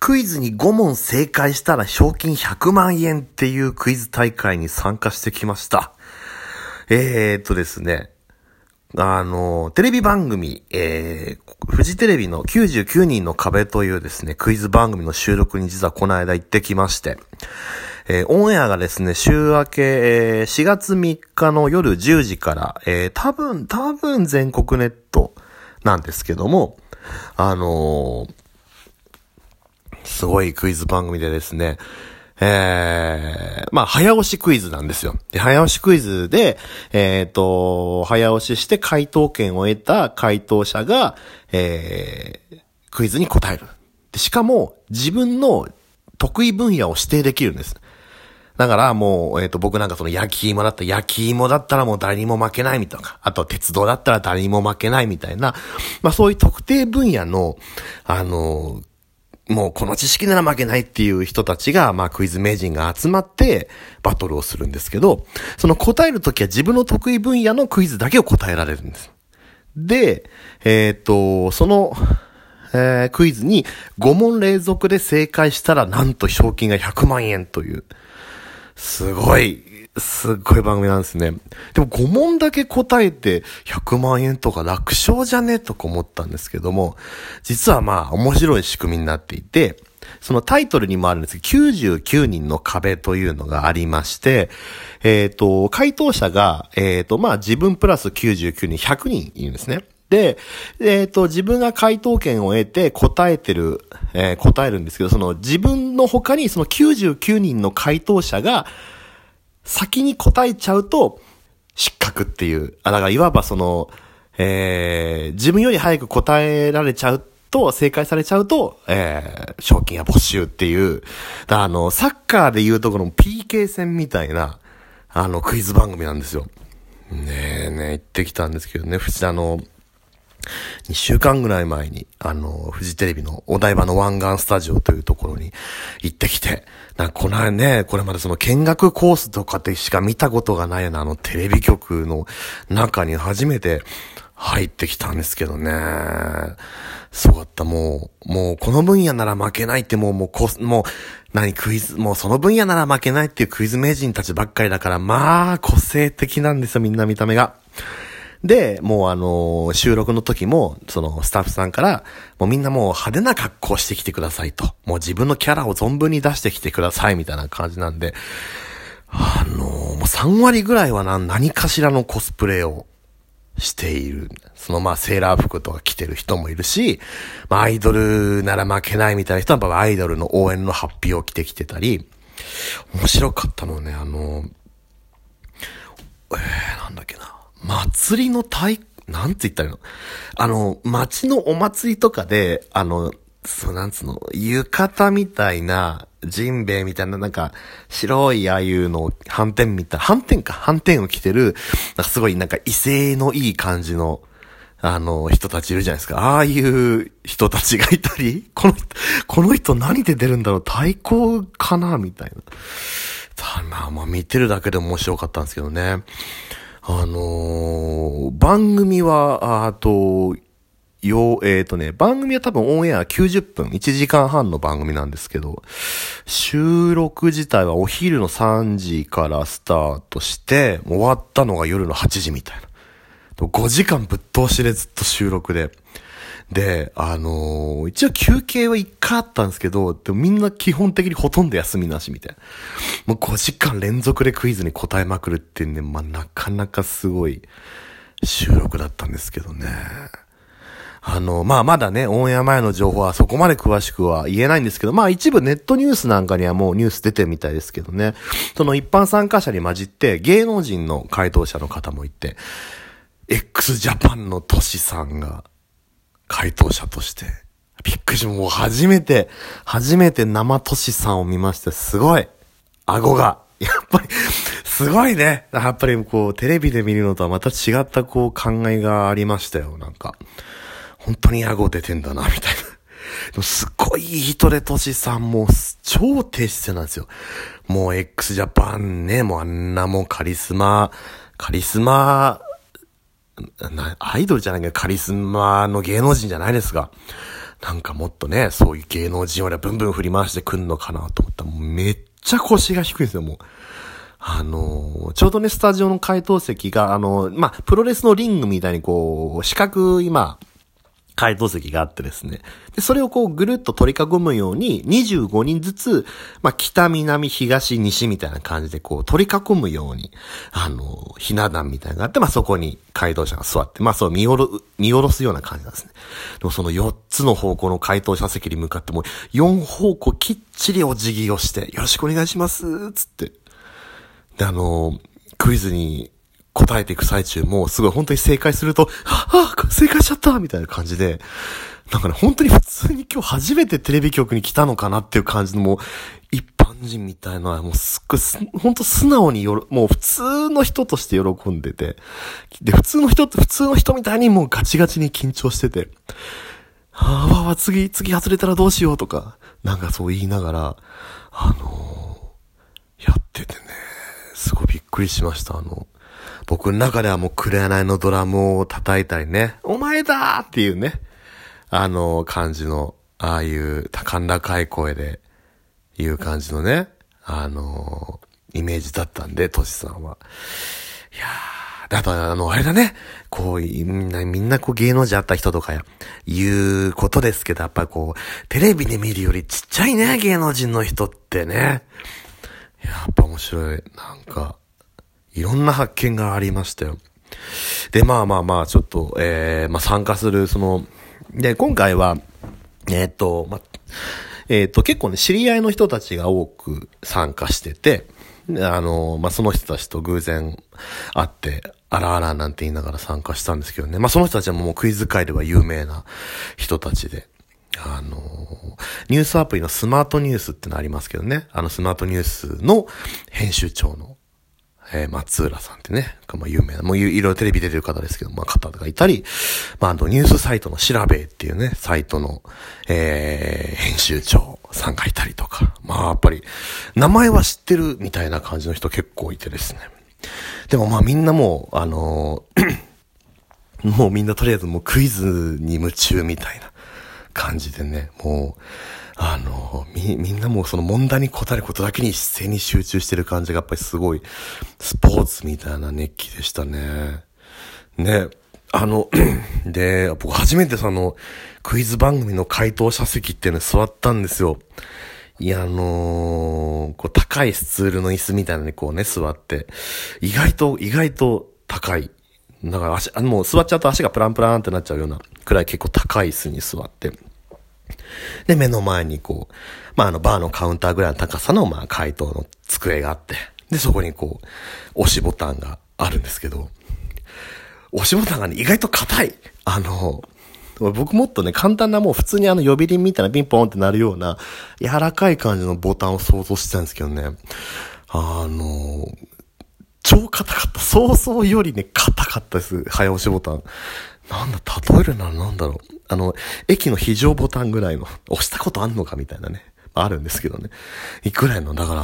クイズに5問正解したら賞金100万円っていうクイズ大会に参加してきました。ですね、テレビ番組、フジテレビの99人の壁というですね、クイズ番組の収録に実はこの間行ってきまして、オンエアがですね、週明け、4月3日の夜10時から、多分全国ネットなんですけども、すごいクイズ番組でですね、早押しクイズなんですよ。で、早押しクイズで、早押しして回答権を得た回答者が、クイズに答える。で、しかも、自分の得意分野を指定できるんです。だからもう、僕なんかその焼き芋だったらもう誰にも負けないみたいな。あと鉄道だったら誰にも負けないみたいな。そういう特定分野の、もうこの知識なら負けないっていう人たちが、クイズ名人が集まってバトルをするんですけど、その答えるときは自分の得意分野のクイズだけを答えられるんです。で、その、クイズに5問連続で正解したらなんと賞金が100万円という、すごい番組なんですね。でも5問だけ答えて100万円とか楽勝じゃねとか思ったんですけども、実は面白い仕組みになっていて、そのタイトルにもあるんですけど、99人の壁というのがありまして、回答者が、自分プラス99人、100人いるんですね。で、自分が回答権を得て答えるんですけど、その自分の他にその99人の回答者が先に答えちゃうと失格っていう。だからいわばその、自分より早く答えられちゃうと、正解されちゃうと、賞金は没収っていう。サッカーでいうとこの PK 戦みたいな、クイズ番組なんですよ。行ってきたんですけどね、2週間ぐらい前に、フジテレビのお台場の湾岸スタジオというところに行ってきて、これまでその見学コースとかでしか見たことがないようなテレビ局の中に初めて入ってきたんですけどね。すごかった。もうこの分野なら負けないってクイズ、もうその分野なら負けないっていうクイズ名人たちばっかりだから、個性的なんですよ、みんな見た目が。で、もう収録の時も、そのスタッフさんから、もうみんなもう派手な格好してきてくださいと。もう自分のキャラを存分に出してきてくださいみたいな感じなんで、もう3割ぐらいは何かしらのコスプレをしている。そのセーラー服とか着てる人もいるし、アイドルなら負けないみたいな人はやっぱアイドルの応援のハッピーを着てきてたり、面白かったのはね、なんだっけな。祭りのなんて言ったらいいの？街のお祭りとかで、浴衣みたいな、ジンベエみたいな、白いああいうの、斑点を着てる、すごい威勢のいい感じの、人たちいるじゃないですか。ああいう人たちがいたり、この人何で出るんだろう？太鼓かなみたいな。見てるだけで面白かったんですけどね。番組は、番組は多分オンエア90分、1時間半の番組なんですけど、収録自体はお昼の3時からスタートして、終わったのが夜の8時みたいな。5時間ぶっ通しでずっと収録で。で、一応休憩は1回あったんですけど、でもみんな基本的にほとんど休みなしみたいな。もう5時間連続でクイズに答えまくるってね、なかなかすごい収録だったんですけどね。まだね、オンエア前の情報はそこまで詳しくは言えないんですけど、一部ネットニュースなんかにはもうニュース出てるみたいですけどね。その一般参加者に混じって芸能人の回答者の方もいて、x ジャパンのトシさんが回答者として、びっくりし、もう初めて生トシさんを見まして、すごい顎が、やっぱり、すごいね。やっぱりテレビで見るのとはまた違った考えがありましたよ。本当に顎出てんだな、みたいな。でもすっごいいい人でトシさんも超低姿勢なんですよ。もう x ジャパンね、もうあんなもうカリスマ、アイドルじゃないけどカリスマの芸能人じゃないですが、 なんかもっとね、そういう芸能人俺はブンブン振り回してくんのかなと思ったら、もうめっちゃ腰が低いんですよ、もう。ちょうどね、スタジオの解答席が、プロレスのリングみたいにこう、四角い、解答席があってですね。で、それをこう、ぐるっと取り囲むように、25人ずつ、北、南、東、西みたいな感じでこう、取り囲むように、ひな壇みたいなのがあって、そこに回答者が座って、そう見下ろすような感じなんですね。でもその4つの方向の回答者席に向かっても、4方向きっちりお辞儀をして、よろしくお願いします、つって。で、クイズに答えていく最中も、すごい本当に正解すると、正解しちゃったみたいな感じで、なんかね、本当に普通に今日初めてテレビ局に来たのかなっていう感じのもう、一般人みたいな、もうすっごい、本当素直にもう普通の人として喜んでて、で、普通の人みたいにもうガチガチに緊張してて、次外れたらどうしようとか、なんかそう言いながら、やっててね、すごいびっくりしました。僕の中ではもう紅のドラムを叩いたりね、お前だーっていうね、感じの、ああいう高らかい声で言う感じのね、イメージだったんで、トシさんは。いやー、あとあれだね、こう、みんなこう芸能人あった人とか言うことですけど、やっぱりこう、テレビで見るよりちっちゃいね、芸能人の人ってね。やっぱ面白い。なんか、いろんな発見がありましたよ。で、ちょっと、参加する、で、今回は、結構ね、知り合いの人たちが多く参加してて、その人たちと偶然会って、あらあらなんて言いながら参加したんですけどね。その人たちはもうクイズ界では有名な人たちで、ニュースアプリのスマートニュースってのありますけどね。スマートニュースの編集長の、松浦さんってね、有名な、もういろいろテレビ出てる方ですけど、方がいたり、ニュースサイトの調べっていうね、サイトの、編集長さんがいたりとか、やっぱり、名前は知ってるみたいな感じの人結構いてですね。でもみんなもう、もうみんなとりあえずもうクイズに夢中みたいな感じでね、もう、みんなもうその問題に答えることだけに一斉に集中してる感じがやっぱりすごいスポーツみたいな熱気でしたね。ね。で、僕初めてクイズ番組の回答者席っていうのに座ったんですよ。いや、こう高いスツールの椅子みたいなのにこうね、座って、意外と高い。だからもう座っちゃうと足がプランプランってなっちゃうようなくらい結構高い椅子に座って、で、目の前にこう、バーのカウンターぐらいの高さの、回答の机があって、で、そこにこう、押しボタンがあるんですけど、押しボタンがね、意外と硬い。僕もっとね、簡単なもう普通に呼び鈴みたいなピンポンってなるような、柔らかい感じのボタンを想像してたんですけどね、超硬かった。想像よりね、硬かったです。早押しボタン。例えるならなんだろう。駅の非常ボタンぐらいの、押したことあんのかみたいなね。あるんですけどね。いくらいの、だから、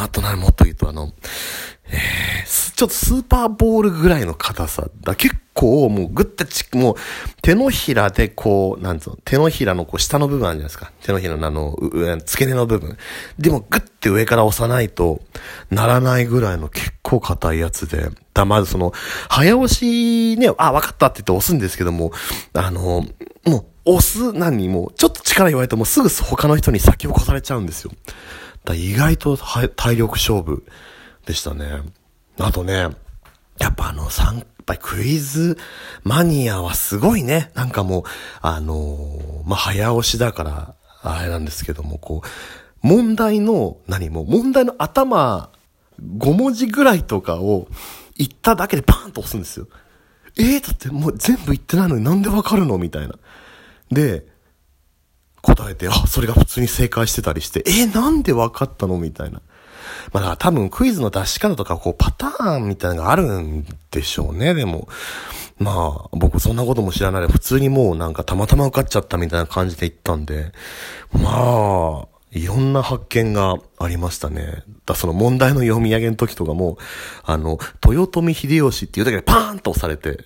あともっと言うとちょっとスーパーボールぐらいの硬さだ。結構もうグッてもう手のひらでこう、手のひらのこう下の部分あるじゃないですか。手のひらの付け根の部分。でもグッて上から押さないとならないぐらいの結構硬いやつで。まず早押しね、わかったって言って押すんですけども、もう押すもうちょっと力言われてもすぐ他の人に先を越されちゃうんですよ。意外と体力勝負でしたね。あとね、やっぱクイズマニアはすごいね。なんかもう、早押しだから、あれなんですけども、こう、問題の頭5文字ぐらいとかを言っただけでパーンと押すんですよ。だってもう全部言ってないのになんでわかるのみたいな。で、答えて、それが普通に正解してたりして、なんでわかったのみたいな。だから多分クイズの出し方とかこうパターンみたいなのがあるんでしょうね。でも、僕そんなことも知らないで普通にもうなんかたまたま受かっちゃったみたいな感じで行ったんで、いろんな発見がありましたね。その問題の読み上げの時とかも、豊臣秀吉っていうだけでパーンと押されて、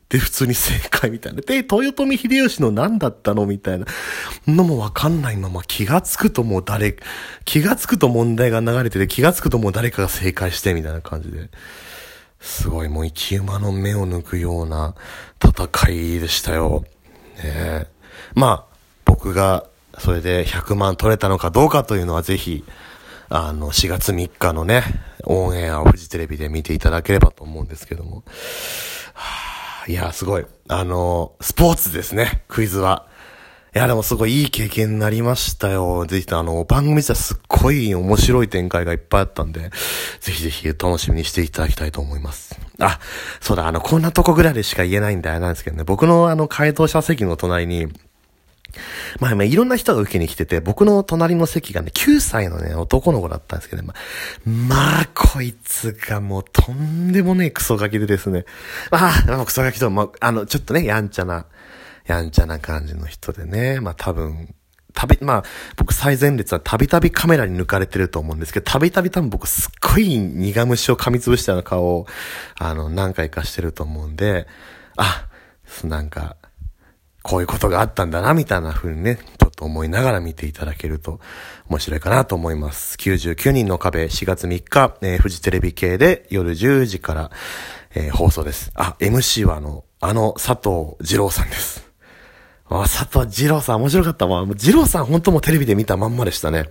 で、普通に正解みたいな。で、豊臣秀吉の何だったのみたいなのもわかんないまま気がつくと問題が流れてて、気がつくともう誰かが正解してみたいな感じで。すごいもう生き馬の目を抜くような戦いでしたよ。ね、まあ、僕がそれで100万取れたのかどうかというのはぜひ、4月3日のね、オンエアをフジテレビで見ていただければと思うんですけども。いや、すごい。スポーツですね、クイズは。いや、でもすごいいい経験になりましたよ。ぜひ番組自体すっごい面白い展開がいっぱいあったんで、ぜひぜひ楽しみにしていただきたいと思います。あ、そうだ、こんなとこぐらいでしか言えないんであれなんですけどね、僕の回答者席の隣に、まあ、いろんな人が受けに来てて、僕の隣の席がね、9歳のね、男の子だったんですけどね、まあ、こいつがもうとんでもねえクソガキでですね。クソガキと、ちょっとね、やんちゃな感じの人でね、多分、僕最前列はたびたびカメラに抜かれてると思うんですけど、たびたび多分僕すっごい苦虫を噛みつぶしたような顔を、何回かしてると思うんで、なんか、こういうことがあったんだな、みたいな風にね、ちょっと思いながら見ていただけると面白いかなと思います。99人の壁、4月3日、フジテレビ系で夜10時から、放送です。MC は佐藤二郎さんです。佐藤二郎さん面白かったわ。二郎さん本当もうテレビで見たまんまでしたね。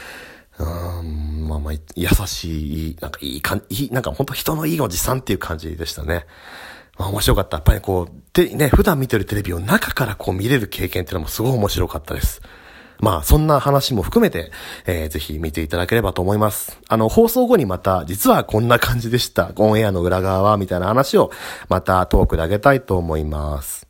優しい、なんか本当人のいいおじさんっていう感じでしたね。面白かった。やっぱり普段見てるテレビを中から見れる経験っていうのもすごい面白かったです。そんな話も含めて、ぜひ見ていただければと思います。放送後にまた、実はこんな感じでした。オンエアの裏側は、みたいな話を、またトークであげたいと思います。